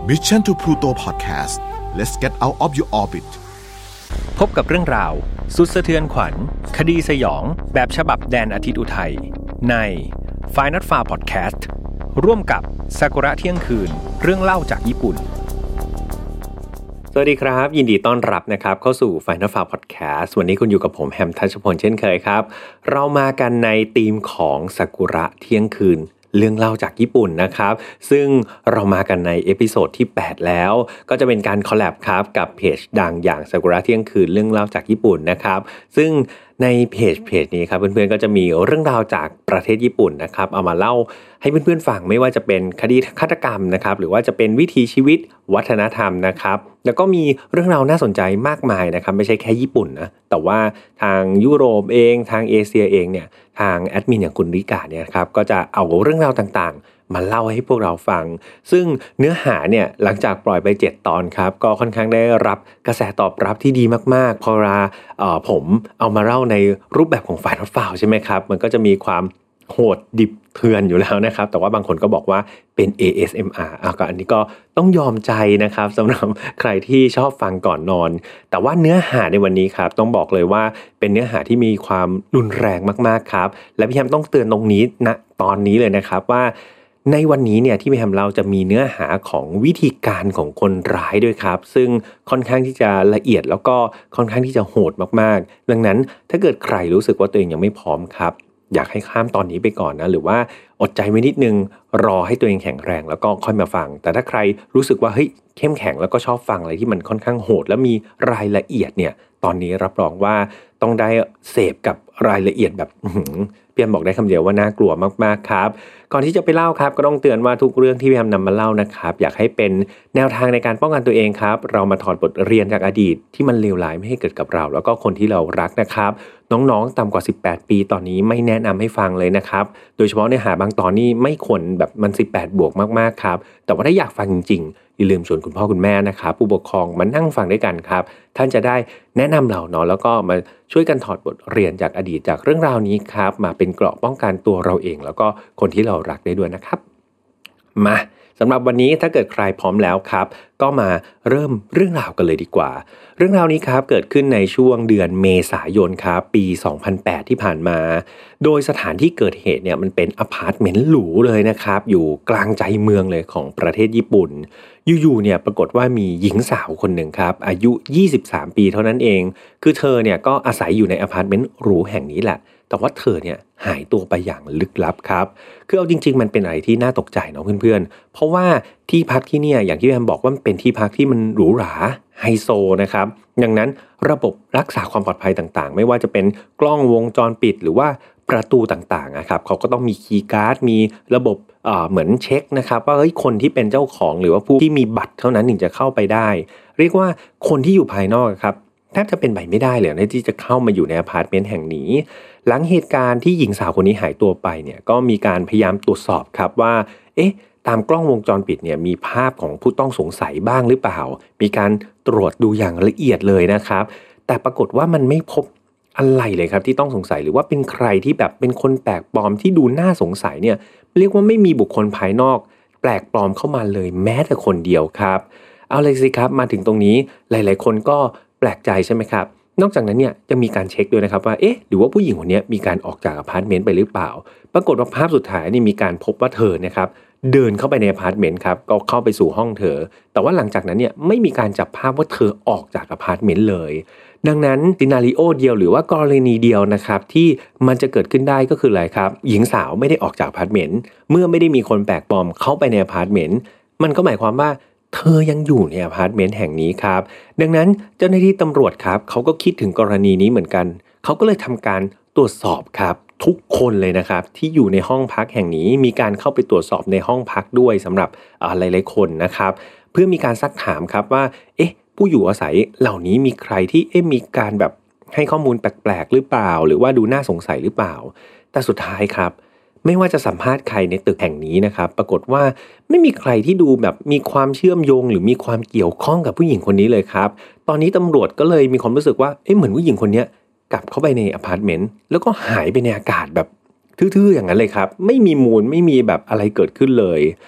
Mission to Pluto Podcast Let's get out of your orbit พบกับเรื่องราวสุดสะเทือนขวัญคดีสยองแบบฉบับแดนอาทิตย์อุทัยใน Final Far Podcast ร่วมกับซากุระเที่ยงคืนเรื่องเล่าจากญี่ปุ่นสวัสดีครับยินดีต้อนรับนะครับเข้าสู่ Final Far Podcast วันนี้คุณอยู่กับผมแฮมทัชพลเช่นเคยครับเรามากันในธีมของซากุระเที่ยงคืนเรื่องเล่าจากญี่ปุ่นนะครับซึ่งเรามากันในเอพิโซดที่8แล้วก็จะเป็นการคอลแลบครับกับเพจดังอย่างซากุระเที่ยงคืนเรื่องเล่าจากญี่ปุ่นนะครับซึ่งในเพจนี้ครับเพื่อนๆก็จะมีเรื่องราวจากประเทศญี่ปุ่นนะครับเอามาเล่าให้เพื่อนๆฟังไม่ว่าจะเป็นคดีฆาตกรรมนะครับหรือว่าจะเป็นวิถีชีวิตวัฒนธรรมนะครับแล้วก็มีเรื่องราวน่าสนใจมากมายนะครับไม่ใช่แค่ญี่ปุ่นนะแต่ว่าทางยุโรปเองทางเอเชียเองเนี่ยทางแอดมินอย่างคุณริกาเนี่ยครับก็จะเอาเรื่องราวต่างๆมาเล่าให้พวกเราฟังซึ่งเนื้อหาเนี่ยหลังจากปล่อยไป7ตอนครับก็ค่อนข้างได้รับกระแสตอบรับที่ดีมากๆพอผมเอามาเล่าในรูปแบบของ Final File ใช่ไหมครับมันก็จะมีความโหดดิบเถื่อนอยู่แล้วนะครับแต่ว่าบางคนก็บอกว่าเป็น ASMR ก็อันนี้ก็ต้องยอมใจนะครับสำหรับใครที่ชอบฟังก่อนนอนแต่ว่าเนื้อหาในวันนี้ครับต้องบอกเลยว่าเป็นเนื้อหาที่มีความรุนแรงมากๆครับและพี่แฮมต้องเตือนตรงนี้นะตอนนี้เลยนะครับว่าในวันนี้เนี่ยที่พี่แฮมเราจะมีเนื้อหาของวิธีการของคนร้ายด้วยครับซึ่งค่อนข้างที่จะละเอียดแล้วก็ค่อนข้างที่จะโหดมากๆดังนั้นถ้าเกิดใครรู้สึกว่าตัวเองยังไม่พร้อมครับอยากให้ข้ามตอนนี้ไปก่อนนะหรือว่าอดใจไว้นิดนึงรอให้ตัวเองแข็งแรงแล้วก็ค่อยมาฟังแต่ถ้าใครรู้สึกว่าเฮ้ยเข้มแข็งแล้วก็ชอบฟังอะไรที่มันค่อนข้างโหดแล้วมีรายละเอียดเนี่ยตอนนี้รับรองว่าต้องได้เสพกับรายละเอียดแบบพี่แอมบอกได้คำเดียวว่าน่ากลัวมากๆครับก่อนที่จะไปเล่าครับก็ต้องเตือนว่าทุกเรื่องที่พี่แอมนำมาเล่านะครับอยากให้เป็นแนวทางในการป้องกันตัวเองครับเรามาถอดบทเรียนจากอดีตที่มันเลวร้ายไม่ให้เกิดกับเราแล้วก็คนที่เรารักนะครับน้องๆต่ำกว่า18ปีตอนนี้ไม่แนะนำให้ฟังเลยนะครับโดยเฉพาะเนื้อหาบางตอนนี้ไม่ควรแบบมัน18บวกมากๆครับแต่ว่าถ้าอยากฟังจริงๆอย่าลืมชวนคุณพ่อคุณแม่นะครับผู้ปกครองมานั่งฟังด้วยกันครับท่านจะได้แนะนำเราเนาะแล้วก็มาช่วยกันถอดบทเรียนจากอดีตจากเรื่องราวนี้ครับมาเป็นเกราะป้องกันตัวเราเองแล้วก็คนที่เรารักได้ด้วยนะครับมาสำหรับวันนี้ถ้าเกิดใครพร้อมแล้วครับก็มาเริ่มเรื่องราวกันเลยดีกว่าเรื่องราวนี้ครับเกิดขึ้นในช่วงเดือนเมษายนครับปี2008ที่ผ่านมาโดยสถานที่เกิดเหตุเนี่ยมันเป็นอพาร์ตเมนต์หรูเลยนะครับอยู่กลางใจเมืองเลยของประเทศญี่ปุ่นอยู่ๆเนี่ยปรากฏว่ามีหญิงสาวคนหนึ่งครับอายุ23ปีเท่านั้นเองคือเธอเนี่ยก็อาศัยอยู่ในอพาร์ตเมนต์หรูแห่งนี้แหละแต่ว่าเธอเนี่ยหายตัวไปอย่างลึกลับครับคือเอาจริงๆมันเป็นอะไรที่น่าตกใจเนาะเพื่อนๆเพราะว่าที่พักที่เนี่ยอย่างที่แอมบอกว่ามันเป็นที่พักที่มันหรูหราไฮโซนะครับดังนั้นระบบรักษาความปลอดภัยต่างๆไม่ว่าจะเป็นกล้องวงจรปิดหรือว่าประตูต่างๆนะครับเขาก็ต้องมีคีย์การ์ดมีระบบเหมือนเช็คนะครับว่าเฮ้ยคนที่เป็นเจ้าของหรือว่าผู้ที่มีบัตรเท่านั้นถึงจะเข้าไปได้เรียกว่าคนที่อยู่ภายนอกครับแทบจะเป็นไปไม่ได้เลยนะที่จะเข้ามาอยู่ในอพาร์ตเมนต์แห่งนี้หลังเหตุการณ์ที่หญิงสาวคนนี้หายตัวไปเนี่ยก็มีการพยายามตรวจสอบครับว่าตามกล้องวงจรปิดเนี่ยมีภาพของผู้ต้องสงสัยบ้างหรือเปล่ามีการตรวจดูอย่างละเอียดเลยนะครับแต่ปรากฏว่ามันไม่พบอะไรเลยครับที่ต้องสงสัยหรือว่าเป็นใครที่แบบเป็นคนแปลกปลอมที่ดูน่าสงสัยเนี่ยเรียกว่าไม่มีบุคคลภายนอกแปลกปลอมเข้ามาเลยแม้แต่คนเดียวครับเอาเลยสิครับมาถึงตรงนี้หลายๆคนก็แปลกใจใช่ไหมครับนอกจากนั้นเนี่ยจะมีการเช็คด้วยนะครับว่าหรือว่าผู้หญิงคนนี้มีการออกจากอพาร์ตเมนต์ไปหรือเปล่าปรากฏว่าภาพสุดท้ายนี่มีการพบว่าเธอนะครับเดินเข้าไปในอพาร์ตเมนต์ครับก็เข้าไปสู่ห้องเธอแต่ว่าหลังจากนั้นเนี่ยไม่มีการจับภาพว่าเธอออกจากอพาร์ตเมนต์เลยดังนั้นซีนาริโอเดียวหรือว่ากรณีเดียวนะครับที่มันจะเกิดขึ้นได้ก็คืออะไรครับหญิงสาวไม่ได้ออกจากอพาร์ตเมนต์เมื่อไม่ได้มีคนแปลกปลอมเข้าไปในอพาร์ตเมนต์มันก็หมายความว่าเธอยังอยู่ในอพาร์ตเมนต์แห่งนี้ครับดังนั้นเจ้าหน้าที่ตำรวจครับเขาก็คิดถึงกรณีนี้เหมือนกันเขาก็เลยทำการตรวจสอบครับทุกคนเลยนะครับที่อยู่ในห้องพักแห่งนี้มีการเข้าไปตรวจสอบในห้องพักด้วยสำหรับหลายๆคนนะครับเพื่อมีการซักถามครับว่าผู้อยู่อาศัยเหล่านี้มีใครที่มีการแบบให้ข้อมูลแปลกๆหรือเปล่าหรือว่าดูน่าสงสัยหรือเปล่าแต่สุดท้ายครับไม่ว่าจะสัมภาษณ์ใครในตึกแห่งนี้นะครับปรากฏว่าไม่มีใครที่ดูแบบมีความเชื่อมโยงหรือมีความเกี่ยวข้องกับผู้หญิงคนนี้เลยครับตอนนี้ตำรวจก็เลยมีความรู้สึกว่าเหมือนผู้หญิงคนนี้กลับเข้าไปในอพาร์ตเมนต์แล้วก็หายไปในอากาศแบบทื่อๆอย่างนั้นเลยครับไม่มีมูลไม่มีแบบอะไรเกิดขึ้นเลย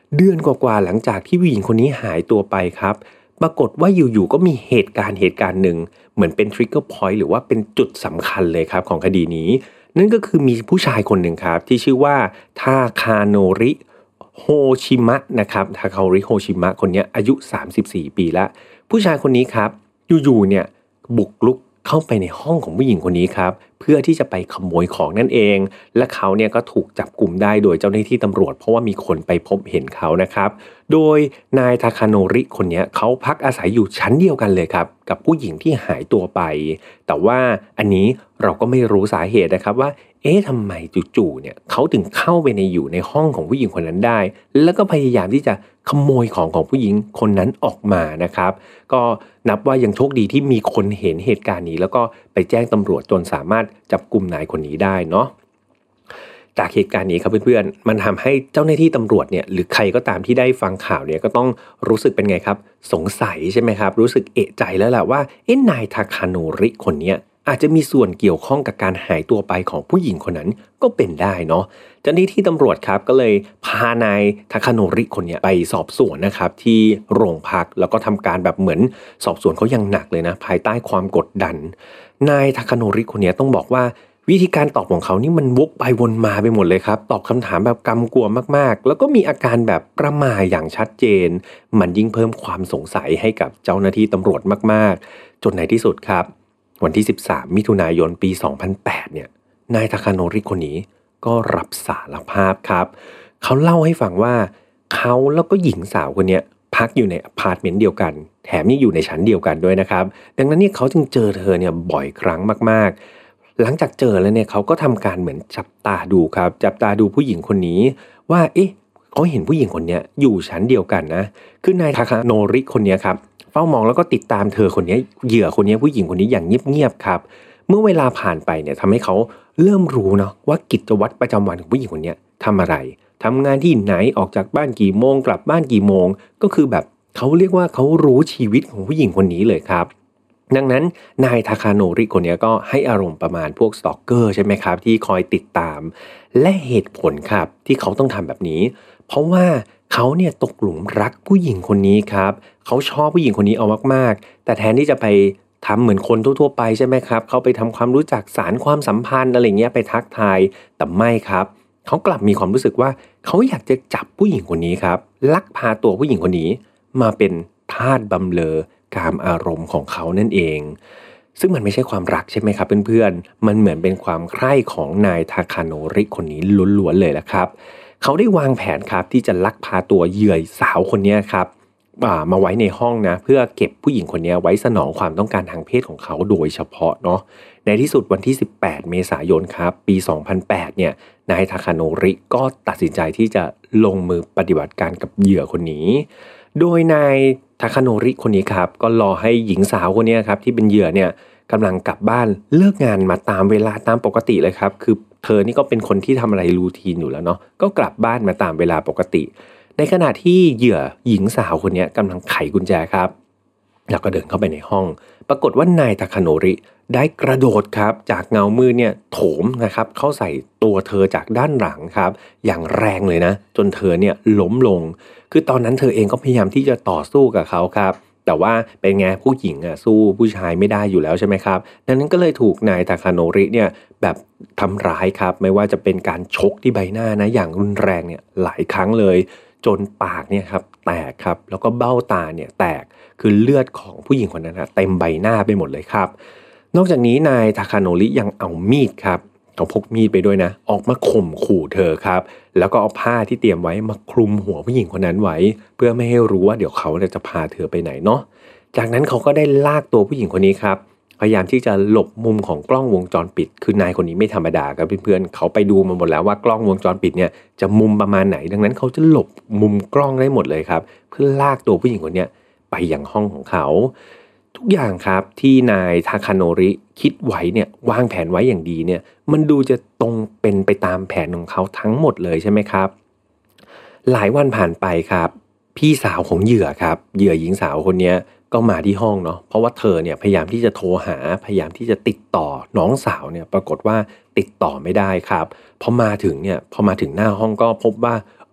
เดือนกว่าๆหลังจากที่ผู้หญิงคนนี้หายตัวไปครับปรากฏว่าอยู่ๆก็มีเหตุการณ์หนึ่งเหมือนเป็นทริกเกอร์พอยต์หรือว่าเป็นจุดสำคัญเลยครับของคดีนี้นั่นก็คือมีผู้ชายคนหนึ่งครับที่ชื่อว่าทาคาโนริโฮชิมะนะครับทาคาโนริโฮชิมะคนนี้อายุ34ปีแล้วผู้ชายคนนี้ครับอยู่ๆเนี่ยบุกรุกเข้าไปในห้องของผู้หญิงคนนี้ครับเพื่อที่จะไปขโมยของนั่นเองและเขาเนี่ยก็ถูกจับกุมได้โดยเจ้าหน้าที่ตำรวจเพราะว่ามีคนไปพบเห็นเขานะครับโดยนายทาคาโนริคนนี้เขาพักอาศัยอยู่ชั้นเดียวกันเลยครับกับผู้หญิงที่หายตัวไปแต่ว่าอันนี้เราก็ไม่รู้สาเหตุนะครับว่าทำไมจู่ๆเนี่ยเขาถึงเข้าไปอยู่ในห้องของผู้หญิงคนนั้นได้แล้วก็พยายามที่จะขโมยของผู้หญิงคนนั้นออกมานะครับก็นับว่ายังโชคดีที่มีคนเห็นเหตุการณ์นี้แล้วก็ไปแจ้งตำรวจจนสามารถจับกุมนายคนนี้ได้เนาะจากเหตุการณ์นี้ครับเพื่อนๆมันทำให้เจ้าหน้าที่ตำรวจเนี่ยหรือใครก็ตามที่ได้ฟังข่าวเนี่ยก็ต้องรู้สึกเป็นไงครับสงสัยใช่ไหมครับรู้สึกเอะใจแล้วแหละว่านายทาคาโนริคนนี้อาจจะมีส่วนเกี่ยวข้องกับการหายตัวไปของผู้หญิงคนนั้นก็เป็นได้เนาะเจ้าหน้าที่ตำรวจครับก็เลยพานายทาคาโนริคนนี้ไปสอบสวนนะครับที่โรงพักแล้วก็ทำการแบบเหมือนสอบสวนเขาอย่างหนักเลยนะภายใต้ความกดดันนายทาคาโนริคนนี้ต้องบอกว่าวิธีการตอบของเขานี่มันวกไปวนมาไปหมดเลยครับตอบคำถามแบบกำกวมมากๆแล้วก็มีอาการแบบประหม่าอย่างชัดเจนมันยิ่งเพิ่มความสงสัยให้กับเจ้าหน้าที่ตำรวจมากๆจนในที่สุดครับวันที่13มิถุนายนปี2008เนี่ยนายทาคาโนริคนนี้ก็รับสารภาพครับเขาเล่าให้ฟังว่าเขาแล้วก็หญิงสาวคนนี้พักอยู่ในอพาร์ตเมนต์เดียวกันแถมยังอยู่ในชั้นเดียวกันด้วยนะครับดังนั้นเนี่ยเขาจึงเจอเธอเนี่ยบ่อยครั้งมากๆหลังจากเจอแล้วเนี่ยเขาก็ทำการเหมือนจับตาดูครับจับตาดูผู้หญิงคนนี้ว่าเขาเห็นผู้หญิงคนนี้อยู่ชั้นเดียวกันนะคือนายทาคาโนริคนนี้ครับเฝ้ามองแล้วก็ติดตามเธอคนนี้เหยื่อคนนี้ผู้หญิงคนนี้อย่างเงียบๆครับเมื่อเวลาผ่านไปเนี่ยทำให้เขาเริ่มรู้เนาะว่ากิจวัตรประจำวันของผู้หญิงคนนี้ทำอะไรทำงานที่ไหนออกจากบ้านกี่โมงกลับบ้านกี่โมงก็คือแบบเขาเรียกว่าเขารู้ชีวิตของผู้หญิงคนนี้เลยครับดังนั้นนายทาคาโนริคนนี้ก็ให้อารมณ์ประมาณพวกสตอกเกอร์ใช่ไหมครับที่คอยติดตามและเหตุผลครับที่เขาต้องทำแบบนี้เพราะว่าเขาเนี่ยตกหลุมรักผู้หญิงคนนี้ครับเขาชอบผู้หญิงคนนี้เอามากๆแต่แทนที่จะไปทำเหมือนคนทั่วๆไปใช่ไหมครับเขาไปทำความรู้จักสานความสัมพันธ์อะไรเงี้ยไปทักทายแต่ไม่ครับเขากลับมีความรู้สึกว่าเขาอยากจะจับผู้หญิงคนนี้ครับลักพาตัวผู้หญิงคนนี้มาเป็นทาสบำเรอกามอารมณ์ของเขานั่นเองซึ่งมันไม่ใช่ความรักใช่ไหมครับเพื่อนๆมันเหมือนเป็นความใคร่ของนายทาคาโนริคนนี้ล้วนๆเลยละครับเขาได้วางแผนครับที่จะลักพาตัวเหยื่อสาวคนนี้ครับมาไว้ในห้องนะเพื่อเก็บผู้หญิงคนนี้ไว้สนองความต้องการทางเพศของเขาโดยเฉพาะเนาะในที่สุดวันที่18เมษายนครับปี2008เนี่ยนายทาคาโนริก็ตัดสินใจที่จะลงมือปฏิบัติการกับเหยื่อคนนี้โดยนายทาคาโนริคนนี้ครับก็รอให้หญิงสาวคนนี้ครับที่เป็นเหยื่อเนี่ยกำลังกลับบ้านเลิกงานมาตามเวลาตามปกติเลยครับคือเธอนี่ก็เป็นคนที่ทำอะไรรูทีนอยู่แล้วเนาะก็กลับบ้านมาตามเวลาปกติในขณะที่เหยื่อหญิงสาวคนนี้กำลังไขกุญแจครับแล้วก็เดินเข้าไปในห้องปรากฏว่านายทาคาโนริได้กระโดดครับจากเงามือเนี่ยโถมนะครับเข้าใส่ตัวเธอจากด้านหลังครับอย่างแรงเลยนะจนเธอเนี่ยล้มลงคือตอนนั้นเธอเองก็พยายามที่จะต่อสู้กับเขาครับแต่ว่าเป็นไงผู้หญิงสู้ผู้ชายไม่ได้อยู่แล้วใช่ไหมครับดังนั้นก็เลยถูกนายทาคาโนริเนี่ยแบบทำร้ายครับไม่ว่าจะเป็นการชกที่ใบหน้านะอย่างรุนแรงเนี่ยหลายครั้งเลยจนปากเนี่ยครับแตกครับแล้วก็เบ้าตาเนี่ยแตกคือเลือดของผู้หญิงคนนั้นนะเต็มใบหน้าไปหมดเลยครับนอกจากนี้นายทาคาโนริยังเอามีดครับเขาพกมีดไปด้วยนะออกมาข่มขู่เธอครับแล้วก็เอาผ้าที่เตรียมไว้มาคลุมหัวผู้หญิงคนนั้นไว้เพื่อไม่ให้รู้ว่าเดี๋ยวเขาจะพาเธอไปไหนเนาะจากนั้นเขาก็ได้ลากตัวผู้หญิงคนนี้ครับพยายามที่จะหลบมุมของกล้องวงจรปิดคือนายคนนี้ไม่ธรรมดาครับเพื่อนๆเขาไปดูมาหมดแล้วว่ากล้องวงจรปิดเนี่ยจะมุมประมาณไหนดังนั้นเขาจะหลบมุมกล้องได้หมดเลยครับเพื่อลากตัวผู้หญิงคนนี้ไปยังห้องของเขาทุกอย่างครับที่นายทาคาโนริคิดไว้เนี่ยวางแผนไว้อย่างดีเนี่ยมันดูจะตรงเป็นไปตามแผนของเขาทั้งหมดเลยใช่ไหมครับหลายวันผ่านไปครับพี่สาวของเหยื่อครับเหยื่อหญิงสาวคนนี้ก็มาที่ห้องเนาะเพราะว่าเธอเนี่ยพยายามที่จะโทรหาพยายามที่จะติดต่อน้องสาวเนี่ยปรากฏว่าติดต่อไม่ได้ครับพอมาถึงหน้าห้องก็พบว่า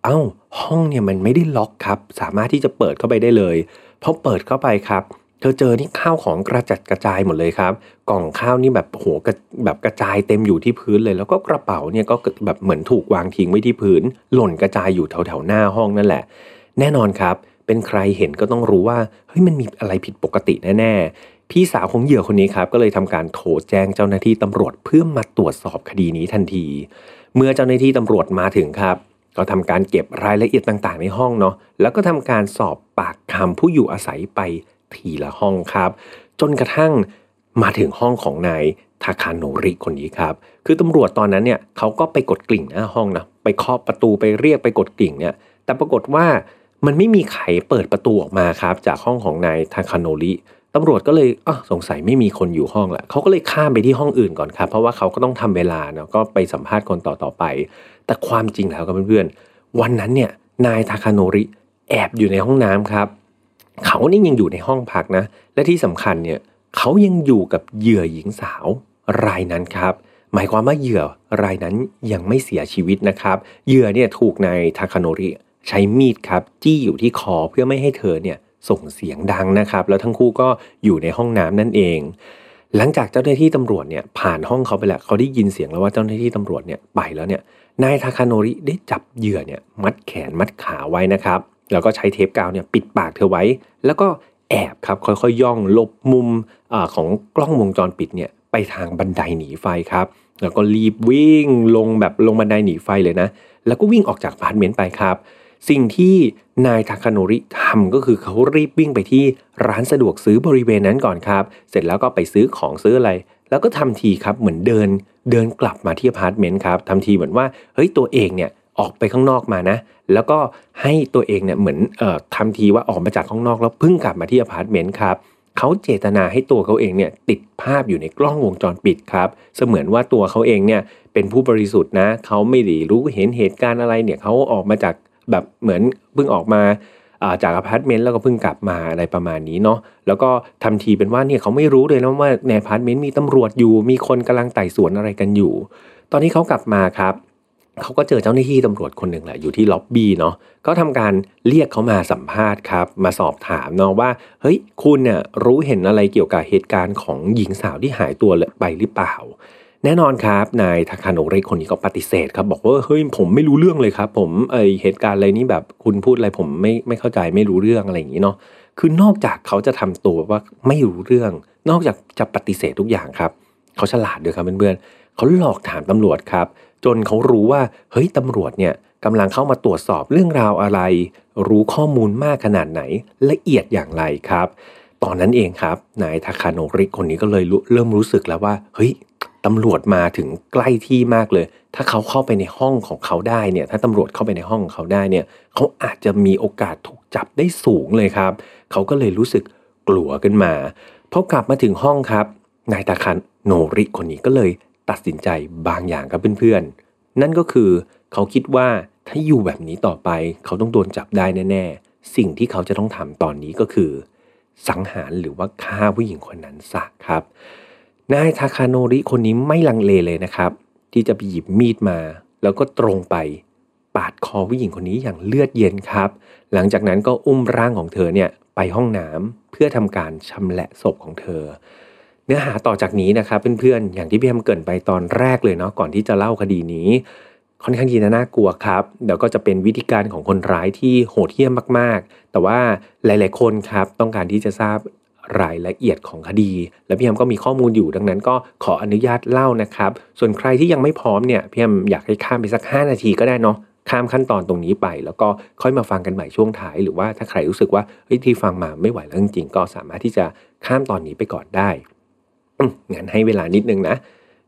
ห้องเนี่ยมันไม่ได้ล็อกครับสามารถที่จะเปิดเข้าไปได้เลยพอเปิดเข้าไปครับเธอเจอนี่ข้าวของกระจัดกระจายหมดเลยครับกล่องข้าวนี่แบบโหแบบกระจายเต็มอยู่ที่พื้นเลยแล้วก็กระเป๋าเนี่ยก็แบบเหมือนถูกวางทิ้งไว้ที่พื้นหล่นกระจายอยู่แถวๆหน้าห้องนั่นแหละแน่นอนครับเป็นใครเห็นก็ต้องรู้ว่าเฮ้ยมันมีอะไรผิดปกติแน่ๆพี่สาวของเหยื่อคนนี้ครับก็เลยทำการโทรแจ้งเจ้าหน้าที่ตำรวจเพื่อมาตรวจสอบคดีนี้ทันทีเมื่อเจ้าหน้าที่ตำรวจมาถึงครับก็ทำการเก็บรายละเอียดต่างๆในห้องเนาะแล้วก็ทำการสอบปากคำผู้อยู่อาศัยไปทีละห้องครับจนกระทั่งมาถึงห้องของนายทาคาโนริคนนี้ครับคือตำรวจตอนนั้นเนี่ยเขาก็ไปกดกริ่งหน้าห้องนะไปเคาะประตูไปเรียกไปกดกริ่งเนี่ยแต่ปรากฏว่ามันไม่มีใครเปิดประตูออกมาครับจากห้องของนายทาคาโนริตำรวจก็เลยสงสัยไม่มีคนอยู่ห้องแหละเขาก็เลยข้ามไปที่ห้องอื่นก่อนครับเพราะว่าเขาก็ต้องทำเวลาเนาะก็ไปสัมภาษณ์คนต่อไปแต่ความจริงแล้วครับเพื่อนๆวันนั้นเนี่ยนายทาคาโนริแอบอยู่ในห้องน้ำครับเขานี่ยังอยู่ในห้องพักนะและที่สำคัญเนี่ยเขายังอยู่กับเหยื่อหญิงสาวรายนั้นครับหมายความว่าเหยื่อรายนั้นยังไม่เสียชีวิตนะครับเหยื่อเนี่ยถูกนายทาคาโนริใช้มีดครับจี้อยู่ที่คอเพื่อไม่ให้เธอเนี่ยส่งเสียงดังนะครับแล้วทั้งคู่ก็อยู่ในห้องน้ำนั่นเองหลังจากเจ้าหน้าที่ตำรวจเนี่ยผ่านห้องเขาไปแล้วเขาได้ยินเสียงแล้วว่าเจ้าหน้าที่ตำรวจเนี่ยไปแล้วเนี่ยนายทาคาโนริได้จับเหยื่อเนี่ยมัดแขนมัดขาไว้นะครับแล้วก็ใช้เทปกาวเนี่ยปิดปากเธอไว้แล้วก็แอบครับค่อยๆย่องหลบมุมของกล้องวงจรปิดเนี่ยไปทางบันไดหนีไฟครับแล้วก็รีบวิ่งลงบันไดหนีไฟเลยนะแล้วก็วิ่งออกจากอพาร์ตเมนต์ไปครับสิ่งที่นายทาคาโนริทำก็คือเขารีบวิ่งไปที่ร้านสะดวกซื้อบริเวณนั้นก่อนครับเสร็จแล้วก็ไปซื้อของซื้ออะไรแล้วก็ทำทีครับเหมือนเดินกลับมาที่อพาร์ตเมนต์ครับทำทีเหมือนว่าเฮ้ยตัวเองเนี่ยออกไปข้างนอกมานะแล้วก็ให้ตัวเองเนี่ยเหมือนทำทีว่าออกมาจากข้างนอกแล้วเพิ่งกลับมาที่อพาร์ตเมนต์ครับเขาเจตนาให้ตัวเขาเองเนี่ยติดภาพอยู่ในกล้องวงจรปิดครับเสมือนว่าตัวเขาเองเนี่ยเป็นผู้บริสุทธิ์นะเขาไม่ได้รู้เห็นเหตุการณ์อะไรเนี่ยเขาออกมาจากแบบเหมือนเพิ่งออกมาจากอพาร์ตเมนต์แล้วก็เพิ่งกลับมาอะไรประมาณนี้เนาะแล้วก็ทำทีเป็นว่าเนี่ยเขาไม่รู้เลยนะว่าในอพาร์ตเมนต์มีตำรวจอยู่มีคนกำลังไต่สวนอะไรกันอยู่ตอนนี้เขากลับมาครับเขาก็เจอเจ้าหน้าที่ตำรวจคนหนึ่งแหละอยู่ที่ล็อบบี้เนาะก็ทำการเรียกเขามาสัมภาษณ์ครับมาสอบถามเนาะว่าเฮ้ยคุณเนี่ยรู้เห็นอะไรเกี่ยวกับเหตุการณ์ของหญิงสาวที่หายตัวไปหรือเปล่าแน่นอนครับนายทาคาโนริคนนี้ก็ปฏิเสธครับบอกว่าเฮ้ยผมไม่รู้เรื่องเลยครับผมเหตุการณ์อะไรนี้แบบคุณพูดอะไรผมไม่เข้าใจไม่รู้เรื่องอะไรอย่างนี้เนาะคือนอกจากเขาจะทำตัวว่าไม่รู้เรื่องนอกจากจะปฏิเสธทุกอย่างครับเขาฉลาดด้วยครับเพื่อนๆเขาหลอกถามตำรวจครับจนเขารู้ว่าเฮ้ยตำรวจเนี่ยกำลังเข้ามาตรวจสอบเรื่องราวอะไรรู้ข้อมูลมากขนาดไหนละเอียดอย่างไรครับตอนนั้นเองครับนายทาคาโนริคนนี้ก็เลยเริ่มรู้สึกแล้วว่าเฮ้ยตำรวจมาถึงใกล้ที่มากเลยถ้าเขาเข้าไปในห้องของเขาได้เนี่ยถ้าตำรวจเข้าไปในห้องของเขาได้เนี่ยเขาอาจจะมีโอกาสถูกจับได้สูงเลยครับเขาก็เลยรู้สึกกลัวขึ้นมาพอกลับมาถึงห้องครับนายทาคาโนริคนนี้ก็เลยตัดสินใจบางอย่างครับเพื่อนๆนั่นก็คือเขาคิดว่าถ้าอยู่แบบนี้ต่อไปเขาต้องโดนจับได้แน่ๆสิ่งที่เขาจะต้องทำตอนนี้ก็คือสังหารหรือว่าฆ่าผู้หญิงคนนั้นซะครับนายทาคาโนริคนนี้ไม่ลังเลเลยนะครับที่จะไปหยิบมีดมาแล้วก็ตรงไปปาดคอผู้หญิงคนนี้อย่างเลือดเย็นครับหลังจากนั้นก็อุ้มร่างของเธอเนี่ยไปห้องน้ำเพื่อทำการชำแหละศพของเธอเนื้อหาต่อจากนี้นะครับเพื่อนๆอย่างที่พี่แอมเกริ่นไปตอนแรกเลยเนาะก่อนที่จะเล่าคดีนี้ค่อนข้างที่จะน่ากลัวครับเดี๋ยวก็จะเป็นวิธีการของคนร้ายที่โหดเหี้ยมมากๆแต่ว่าหลายๆคนครับต้องการที่จะทราบรายละเอียดของคดีและพี่แอมก็มีข้อมูลอยู่ดังนั้นก็ขออนุญาตเล่านะครับส่วนใครที่ยังไม่พร้อมเนี่ยพี่แอมอยากให้ข้ามไปสัก5นาทีก็ได้เนาะข้ามขั้นตอนตรงนี้ไปแล้วก็ค่อยมาฟังกันใหม่ช่วงท้ายหรือว่าถ้าใครรู้สึกว่าเฮ้ยที่ฟังมาไม่ไหวแล้วจริงๆก็สามารถที่จะข้ามตอนนี้ไปก่อนได้งั้นให้เวลานิดนึงนะ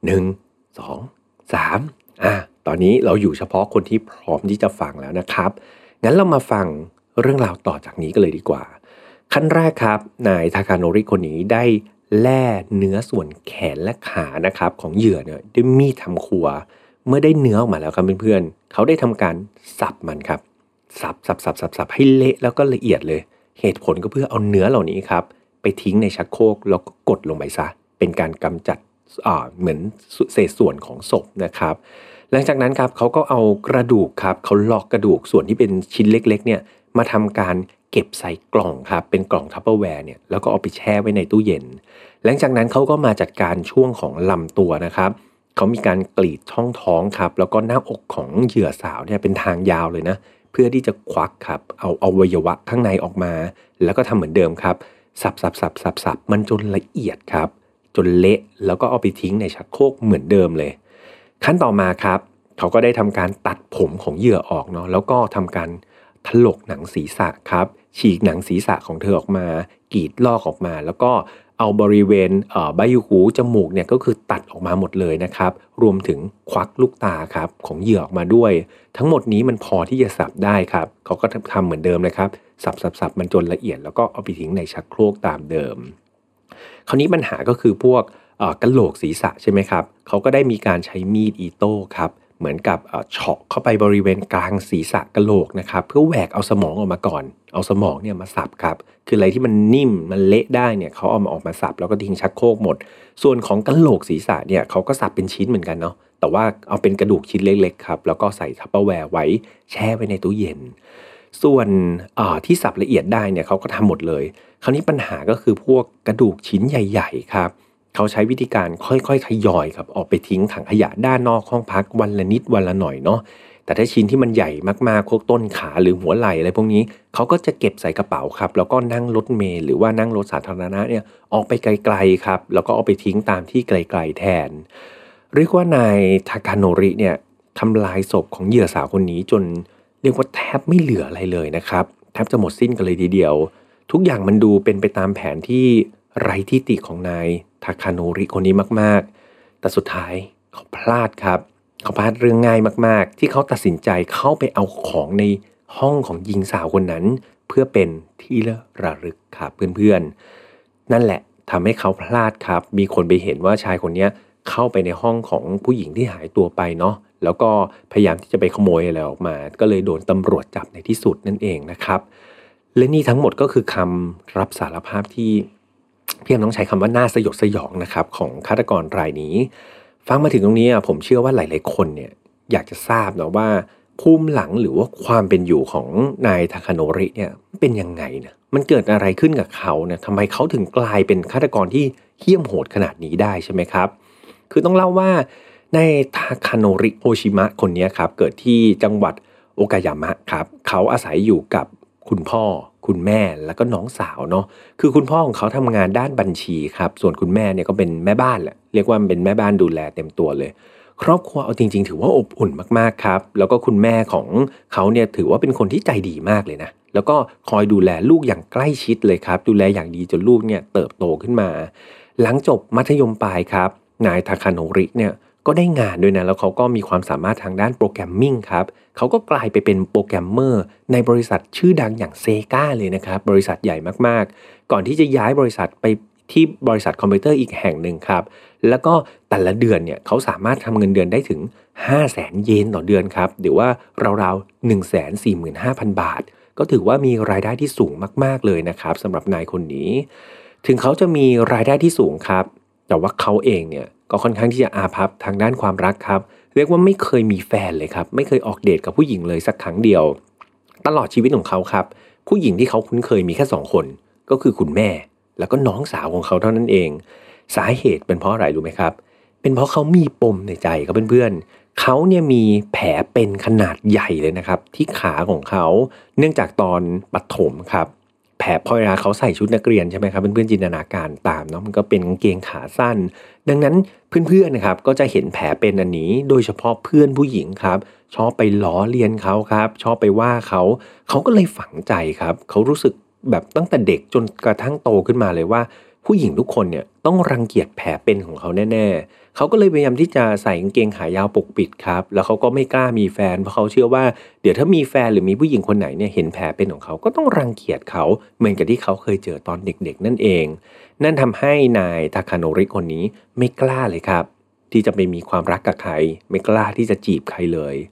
1 2 3ตอนนี้เราอยู่เฉพาะคนที่พร้อมที่จะฟังแล้วนะครับงั้นเรามาฟังเรื่องราวต่อจากนี้กันเลยดีกว่าขั้นแรกครับนายทาคาโนริคนนี้ได้แล่เนื้อส่วนแขนและขานะครับของเหยื่อเนี่ยด้วยมีดทำครัวเมื่อได้เนื้อออกมาแล้วครับเพื่อนๆเขาได้ทำการสับมันครับสับให้เละแล้วก็ละเอียดเลยเหตุผลก็เพื่อเอาเนื้อเหล่านี้ครับไปทิ้งในชักโครกแล้วก็กดลงไปซะเป็นการกำจัดเหมือนเศษส่วนของศพนะครับหลังจากนั้นครับเขาก็เอากระดูกครับเขาลอกกระดูกส่วนที่เป็นชิ้นเล็กๆเนี่ยมาทำการเก็บใส่กล่องครับเป็นกล่องทัพเปอร์แวร์เนี่ยแล้วก็เอาไปแช่ไว้ในตู้เย็นหลังจากนั้นเขาก็มาจัดการช่วงของลำตัวนะครับเขามีการกรีดช่องท้องครับแล้วก็หน้าอกของเหยื่อสาวเนี่ยเป็นทางยาวเลยนะเพื่อที่จะควักครับเอาอวัยวะข้างในออกมาแล้วก็ทำเหมือนเดิมครับสับมันจนละเอียดครับจนเละแล้วก็เอาไปทิ้งในชักโครกเหมือนเดิมเลยขั้นต่อมาครับเขาก็ได้ทำการตัดผมของเหยื่อออกเนาะแล้วก็ทำการถลกหนังศีรษะครับฉีกหนังศีรษะของเธอออกมากรีดลอกออกมาแล้วก็เอาบริเวณใบหูจมูกเนี่ยก็คือตัดออกมาหมดเลยนะครับรวมถึงควักลูกตาครับของเหยื่อออกมาด้วยทั้งหมดนี้มันพอที่จะสับได้ครับเขาก็ทำเหมือนเดิมนะครับสับมันจนละเอียดแล้วก็เอาไปทิ้งในชักโครกตามเดิมคราวนี้ปัญหาก็คือพวกกะโหลกศีรษะใช่ไหมครับเขาก็ได้มีการใช้มีดอีโต้ครับเหมือนกับเฉาะเข้าไปบริเวณกลางศีรษะกะโหลกนะครับเพื่อแหวกเอาสมองออกมาก่อนเอาสมองเนี่ยมาสับครับคืออะไรที่มันนิ่มมันเละได้เนี่ยเขาเอามาออกมาสับแล้วก็ทิ้งชักโครกหมดส่วนของกะโหลกศีรษะเนี่ยเขาก็สับเป็นชิ้นเหมือนกันเนาะแต่ว่าเอาเป็นกระดูกชิ้นเล็กๆครับแล้วก็ใส่ทัพเปอร์แวร์ไว้แช่ไว้ในตู้เย็นส่วนที่สับละเอียดได้เนี่ยเขาก็ทำหมดเลยคราวนี้ปัญหาก็คือพวกกระดูกชิ้นใหญ่ๆครับเขาใช้วิธีการค่อยๆทยอยครับออกไปทิ้งถังขยะด้านนอกห้องพักวันละนิดวันละหน่อยเนาะแต่ถ้าชิ้นที่มันใหญ่มากๆพวกต้นขาหรือหัวไหล่อะไรพวกนี้เขาก็จะเก็บใส่กระเป๋าครับแล้วก็นั่งรถเมล์หรือว่านั่งรถสาธารณะเนี่ยออกไปไกลๆครับแล้วก็เอาไปทิ้งตามที่ไกลๆแทนเรียกว่านายทาคาโนริเนี่ยทำลายศพของเหยื่อสาวคนนี้จนเรียกว่าแทบไม่เหลืออะไรเลยนะครับแทบจะหมดสิ้นกันเลยทีเดียวทุกอย่างมันดูเป็นไปตามแผนที่ไร้ที่ติของนายทาคาโนริคนนี้มากๆแต่สุดท้ายเขาพลาดครับเขาพลาดเรื่องง่ายมากๆที่เขาตัดสินใจเข้าไปเอาของในห้องของหญิงสาวคนนั้นเพื่อเป็นที่ระลึกครับเพื่อนๆนั่นแหละทำให้เขาพลาดครับมีคนไปเห็นว่าชายคนนี้เข้าไปในห้องของผู้หญิงที่หายตัวไปเนาะแล้วก็พยายามที่จะไปขโมยอะไรออกมาก็เลยโดนตำรวจจับในที่สุดนั่นเองนะครับและนี่ทั้งหมดก็คือคำรับสารภาพที่พี่ต้องใช้คำว่าน่าสยดสยองนะครับของฆาตกรรายนี้ฟังมาถึงตรงนี้ผมเชื่อว่าหลายๆคนเนี่ยอยากจะทราบนะว่าภูมิหลังหรือว่าความเป็นอยู่ของนายทาคาโนริเนี่ยเป็นยังไงนะมันเกิดอะไรขึ้นกับเขาเนี่ยทำไมเขาถึงกลายเป็นฆาตกรที่เหี้ยมโหดขนาดนี้ได้ใช่ไหมครับคือต้องเล่าว่านายทาคาโนริโฮชิมะคนนี้ครับเกิดที่จังหวัดโอกายามะครับเขาอาศัยอยู่กับคุณพ่อคุณแม่แล้วก็น้องสาวเนาะคือคุณพ่อของเขาทำงานด้านบัญชีครับส่วนคุณแม่เนี่ยก็เป็นแม่บ้านแหละเรียกว่าเป็นแม่บ้านดูแลเต็มตัวเลยครอบครัวเอาจริงๆถือว่าอบอุ่นมากๆครับแล้วก็คุณแม่ของเขาเนี่ยถือว่าเป็นคนที่ใจดีมากเลยนะแล้วก็คอยดูแลลูกอย่างใกล้ชิดเลยครับดูแลอย่างดีจนลูกเนี่ยเติบโตขึ้นมาหลังจบมัธยมปลายครับนายทาคาโนริเนี่ยก็ได้งานด้วยนะแล้วเขาก็มีความสามารถทางด้านโปรแกรมมิ่งครับเขาก็กลายไปเป็นโปรแกรมเมอร์ในบริษัทชื่อดังอย่างเซกาเลยนะครับบริษัทใหญ่มากๆก่อนที่จะย้ายบริษัทไปที่บริษัทคอมพิวเตอร์อีกแห่งหนึ่งครับแล้วก็แต่ละเดือนเนี่ยเขาสามารถทำเงินเดือนได้ถึง 500,000 เยนต่อเดือนครับหรือว่าราวๆ 145,000 บาทก็ถือว่ามีรายได้ที่สูงมากๆเลยนะครับสำหรับนายคนนี้ถึงเขาจะมีรายได้ที่สูงครับแต่ว่าเขาเองเนี่ยก็ค่อนข้างที่จะอาภัพทางด้านความรักครับเรียกว่าไม่เคยมีแฟนเลยครับไม่เคยออกเดทกับผู้หญิงเลยสักครั้งเดียวตลอดชีวิตของเขาครับผู้หญิงที่เขาคุ้นเคยมีแค่2คนก็คือคุณแม่แล้วก็น้องสาวของเขาเท่านั้นเองสาเหตุเป็นเพราะอะไรรู้ไหมครับเป็นเพราะเขามีปมในใจครับเพื่อนๆเขาเนี่ยมีแผลเป็นขนาดใหญ่เลยนะครับที่ขาของเขาเนื่องจากตอนปฐมครับแผลพอเวลาเขาใส่ชุดนักเรียนใช่ไหมครับเพื่อนๆจินตนาการตามเนาะมันก็เป็นกางเกงขาสั้นดังนั้นเพื่อนๆนะครับก็จะเห็นแผลเป็นอันนี้โดยเฉพาะเพื่อนผู้หญิงครับชอบไปล้อเลียนเขาครับชอบไปว่าเขาก็เลยฝังใจครับเขารู้สึกแบบตั้งแต่เด็กจนกระทั่งโตขึ้นมาเลยว่าผู้หญิงทุกคนเนี่ยต้องรังเกียจแผลเป็นของเขาแน่ๆเขาก็เลยพยายามที่จะใส่กางเกงขายาวปกปิดครับแล้วเขาก็ไม่กล้ามีแฟนเพราะเขาเชื่อว่าเดี๋ยวถ้ามีแฟนหรือมีผู้หญิงคนไหนเนี่ยเห็นแผลเป็นของเขาก็ต้องรังเกียจเขาเหมือนกับที่เขาเคยเจอตอนเด็กๆนั่นเองนั่นทำให้นายทาคาโนริคนนี้ไม่กล้าเลยครับที่จะไปมีความรักกับใครไม่กล้าที่จะจีบใครเลย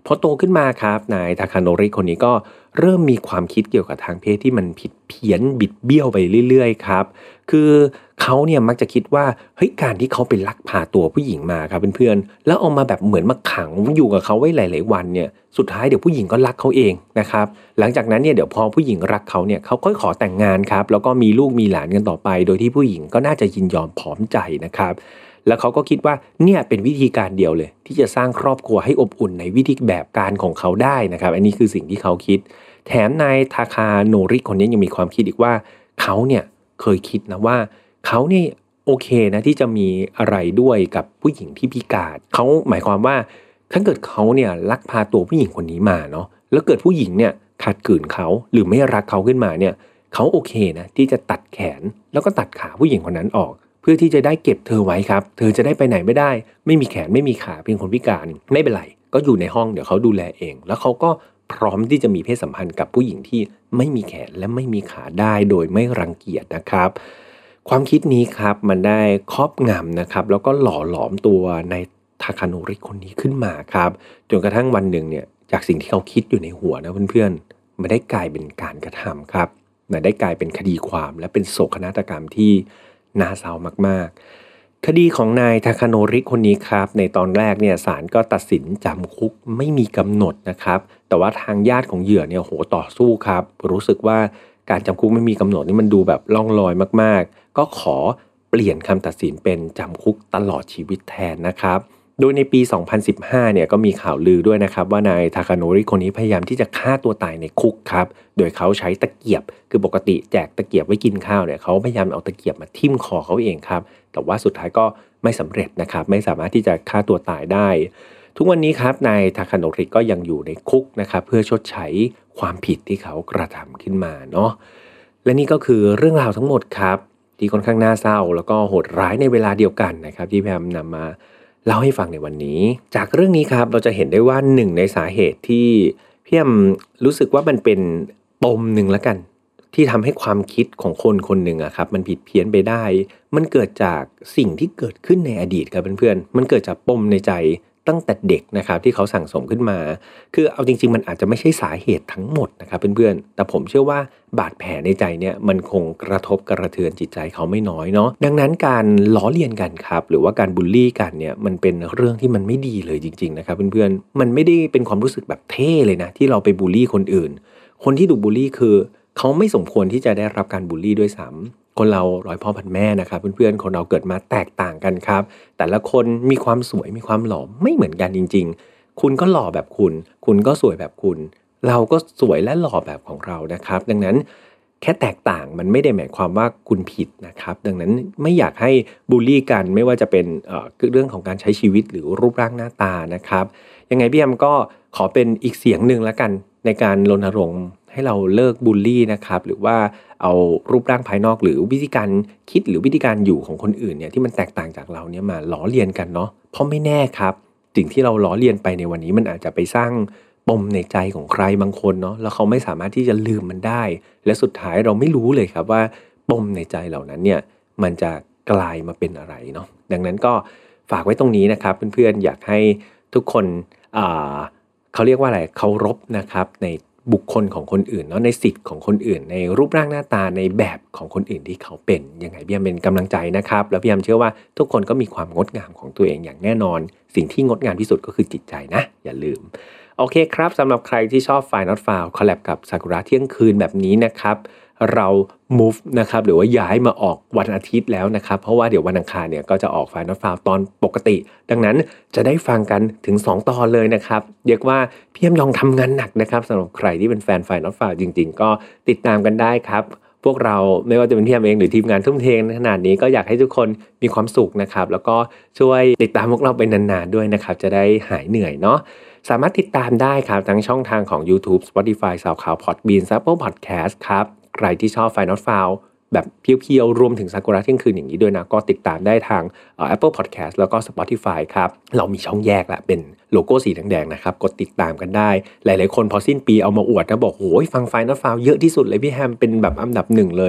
พอโตขึ้นมาครับนายทาคาโนริคนนี้ก็เริ่มมีความคิดเกี่ยวกับทางเพศที่มันผิดเพี้ยนบิดเบี้ยวไปเรื่อยๆครับคือเขาเนี่ยมักจะคิดว่าเฮ้ยการที่เขาไปลักพาตัวผู้หญิงมาครับเพื่อนๆแล้วเอามาแบบเหมือนมาขังอยู่กับเขาไว้หลายๆวันเนี่ยสุดท้ายเดี๋ยวผู้หญิงก็รักเขาเองนะครับหลังจากนั้นเนี่ยเดี๋ยวพอผู้หญิงรักเขาเนี่ยเขาก็ขอแต่งงานครับแล้วก็มีลูกมีหลานกันต่อไปโดยที่ผู้หญิงก็น่าจะยินยอมพร้อมใจนะครับแล้วเขาก็คิดว่าเนี่ยเป็นวิธีการเดียวเลยที่จะสร้างครอบครัวให้อบอุ่นในวิธีแบบการของเขาได้นะครับอันนี้คือสิ่งที่เขาคิดแถมนายทาคาโนริคนนี้ยังมีความคิดอีกว่าเขาเนี่ยเคยคิดนะว่าเขาเนี่ยโอเคนะที่จะมีอะไรด้วยกับผู้หญิงที่พิการเขาหมายความว่าถ้าเกิดเขาเนี่ยลักพาตัวผู้หญิงคนนี้มาเนาะแล้วเกิดผู้หญิงเนี่ยขัดขืนเขาหรือไม่รักเขาขึ้นมาเนี่ยเขาโอเคนะที่จะตัดแขนแล้วก็ตัดขาผู้หญิงคนนั้นออกเพื่อที่จะได้เก็บเธอไว้ครับเธอจะได้ไปไหนไม่ได้ไม่มีแขนไม่มีขาเป็นคนพิการไม่เป็นไรก็อยู่ในห้องเดี๋ยวเขาดูแลเองแล้วเขาก็พร้อมที่จะมีเพศสัมพันธ์กับผู้หญิงที่ไม่มีแขนและไม่มีขาได้โดยไม่รังเกียจนะครับความคิดนี้ครับมันได้ครอบงำนะครับแล้วก็หล่อหลอมตัวในทาคาโนริคนนี้ขึ้นมาครับจนกระทั่งวันหนึ่งเนี่ยจากสิ่งที่เขาคิดอยู่ในหัวนะเพื่อนๆมันได้กลายเป็นการกระทำครับมันได้กลายเป็นคดีความและเป็นโศกนาฏกรรมที่น่าเศร้ามากๆคดีของนายทาคาโนริคนนี้ครับในตอนแรกเนี่ยศาลก็ตัดสินจำคุกไม่มีกำหนดนะครับแต่ว่าทางญาติของเหยื่อเนี่ยโหต่อสู้ครับรู้สึกว่าการจำคุกไม่มีกำหนดนี่มันดูแบบล่องลอยมากๆก็ขอเปลี่ยนคำตัดสินเป็นจำคุกตลอดชีวิตแทนนะครับโดยในปี 2015 เนี่ยก็มีข่าวลือด้วยนะครับว่านายทาคาโนริคนนี้พยายามที่จะฆ่าตัวตายในคุกครับโดยเขาใช้ตะเกียบคือปกติแจกตะเกียบไว้กินข้าวเนี่ยเขาพยายามเอาตะเกียบมาทิ่มคอเขาเองครับแต่ว่าสุดท้ายก็ไม่สำเร็จนะครับไม่สามารถที่จะฆ่าตัวตายได้ทุกวันนี้ครับนายทาคาโนริก็ยังอยู่ในคุกนะครับเพื่อชดใช้ความผิดที่เขากระทำขึ้นมาเนาะและนี่ก็คือเรื่องราวทั้งหมดครับที่ค่อนข้างน่าเศร้าแล้วก็โหดร้ายในเวลาเดียวกันนะครับที่พยายามนำมาเล่าให้ฟังในวันนี้จากเรื่องนี้ครับเราจะเห็นได้ว่าหนึ่งในสาเหตุที่พี่แอมรู้สึกว่ามันเป็นปมหนึ่งแล้วกันที่ทำให้ความคิดของคนคนหนึ่งอะครับมันผิดเพี้ยนไปได้มันเกิดจากสิ่งที่เกิดขึ้นในอดีตครับเพื่อนๆมันเกิดจากปมในใจตั้งแต่เด็กนะครับที่เขาสั่งสมขึ้นมาคือเอาจริงๆมันอาจจะไม่ใช่สาเหตุทั้งหมดนะครับเพื่อนๆแต่ผมเชื่อว่าบาดแผลในใจเนี่ยมันคงกระทบกระเทือนจิตใจเขาไม่น้อยเนาะดังนั้นการล้อเลียนกันครับหรือว่าการบูลลี่กันเนี่ยมันเป็นเรื่องที่มันไม่ดีเลยจริงๆนะครับเพื่อนๆมันไม่ได้เป็นความรู้สึกแบบเท่เลยนะที่เราไปบูลลี่คนอื่นคนที่ถูกบูลลี่คือเขาไม่สมควรที่จะได้รับการบูลลี่ด้วยซ้ำคนเราร้อยพ่อพันแม่นะครับเพื่อนๆคนเราเกิดมาแตกต่างกันครับแต่ละคนมีความสวยมีความหล่อไม่เหมือนกันจริงๆคุณก็หล่อแบบคุณก็สวยแบบคุณเราก็สวยและหล่อแบบของเรานะครับดังนั้นแค่แตกต่างมันไม่ได้หมายความว่าคุณผิดนะครับดังนั้นไม่อยากให้บูลลี่กันไม่ว่าจะเป็นเรื่องของการใช้ชีวิตหรือรูปร่างหน้าตานะครับยังไงพี่แอมก็ขอเป็นอีกเสียงหนึ่งแล้วกันในการรณรงค์ให้เราเลิกบูลลี่นะครับหรือว่าเอารูปร่างภายนอกหรือวิธีการคิดหรือวิธีการอยู่ของคนอื่นเนี่ยที่มันแตกต่างจากเราเนี่ยมาล้อเลียนกันเนาะเพราะไม่แน่ครับสิ่งที่เราล้อเลียนไปในวันนี้มันอาจจะไปสร้างปมในใจของใครบางคนเนาะแล้วเขาไม่สามารถที่จะลืมมันได้และสุดท้ายเราไม่รู้เลยครับว่าปมในใจเหล่านั้นเนี่ยมันจะกลายมาเป็นอะไรเนาะดังนั้นก็ฝากไว้ตรงนี้นะครับเพื่อนๆอยากให้ทุกคนเขาเรียกว่าอะไรเคารพนะครับในบุคคลของคนอื่นเนาะในสิทธิ์ของคนอื่นในรูปร่างหน้าตาในแบบของคนอื่นที่เขาเป็นยังไงพี่แอมเป็นกำลังใจนะครับแล้วพี่แอมเชื่อว่าทุกคนก็มีความงดงามของตัวเองอย่างแน่นอนสิ่งที่งดงามที่สุดก็คือจิตใจนะอย่าลืมโอเคครับสำหรับใครที่ชอบ File Not Found คอลแลบกับซากุระเที่ยงคืนแบบนี้นะครับเรา move นะครับหรือว่าย้ายมาออกวันอาทิตย์แล้วนะครับเพราะว่าเดี๋ยววันอังคารเนี่ยก็จะออก File Not Found ตอนปกติดังนั้นจะได้ฟังกันถึง2ตอนเลยนะครับเรียกว่าพี่แอมยองทำงานหนักนะครับสำหรับใครที่เป็นแฟน File Not Found จริงๆก็ติดตามกันได้ครับพวกเราไม่ว่าจะเป็นพี่แอมเองหรือทีมงานทุ่มเทขนาดนี้ก็อยากให้ทุกคนมีความสุขนะครับแล้วก็ช่วยติดตามพวกเราไปนานๆด้วยนะครับจะได้หายเหนื่อยเนาะสามารถติดตามได้ครับทั้งช่องทางของ YouTube Spotify SoundCloud Podbean Apple Podcast ครับใครที่ชอบ File Not Found แบบเพียวๆรวมถึงซากุระเที่ยงคืนอย่างนี้ด้วยนะก็ติดตามได้ทาง Apple Podcast แล้วก็ Spotify ครับเรามีช่องแยกละเป็นโลโก้สีแดงๆนะครับกดติดตามกันได้หลายๆคนพอสิ้นปีเอามาอวดนะบอกโอ้ยฟัง File Not Found เยอะที่สุดเลยพี่แฮมเป็นแบบอันดับ1เลย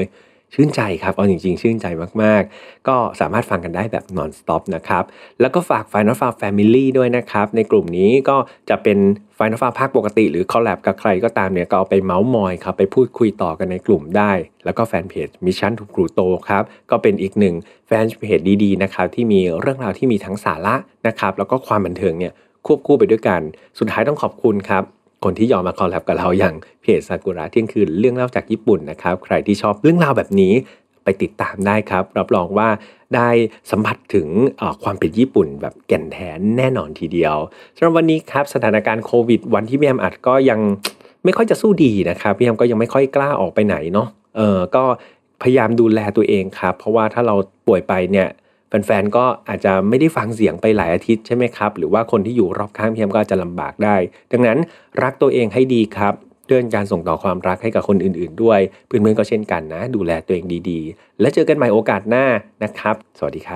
ชื่นใจครับเอาจริงๆชื่นใจมากๆก็สามารถฟังกันได้แบบ non stop นะครับแล้วก็ฝาก Final File Family ด้วยนะครับในกลุ่มนี้ก็จะเป็น Final File ภาคปกติหรือคอลแลบกับใครก็ตามเนี่ยก็เอาไปเม้ามอยครับไปพูดคุยต่อกันในกลุ่มได้แล้วก็แฟนเพจ Mission to Pluto ครับก็เป็นอีกหนึ่งแฟนเพจดีๆนะครับที่มีเรื่องราวที่มีทั้งสาระนะครับแล้วก็ความบันเทิงเนี่ยควบคู่ไปด้วยกันสุดท้ายต้องขอบคุณครับคนที่ยอมมาคอลแลบกับเราอย่างเพจซากุระเที่ยงคืนเรื่องเล่าจากญี่ปุ่นนะครับใครที่ชอบเรื่องราวแบบนี้ไปติดตามได้ครับรับรองว่าได้สัมผัสถึงความเป็นญี่ปุ่นแบบแก่นแท้แน่นอนทีเดียวสำหรับวันนี้ครับสถานการณ์โควิดวันที่พี่แอมอัดก็ยังไม่ค่อยจะสู้ดีนะครับพี่แอมก็ยังไม่ค่อยกล้าออกไปไหนเนาะก็พยายามดูแลตัวเองครับเพราะว่าถ้าเราป่วยไปเนี่ยแฟนๆก็อาจจะไม่ได้ฟังเสียงไปหลายอาทิตย์ใช่ไหมครับหรือว่าคนที่อยู่รอบข้างพี่แอมก็อาจจะลำบากได้ดังนั้นรักตัวเองให้ดีครับด้วยการส่งต่อความรักให้กับคนอื่นๆด้วยเพื่อนๆก็เช่นกันนะดูแลตัวเองดีๆและเจอกันใหม่โอกาสหน้านะครับสวัสดีครับ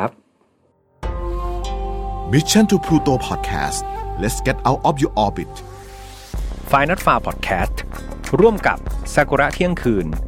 Mission to Pluto Podcast let's get out of your orbit Final File Podcast ร่วมกับซากุระเที่ยงคืน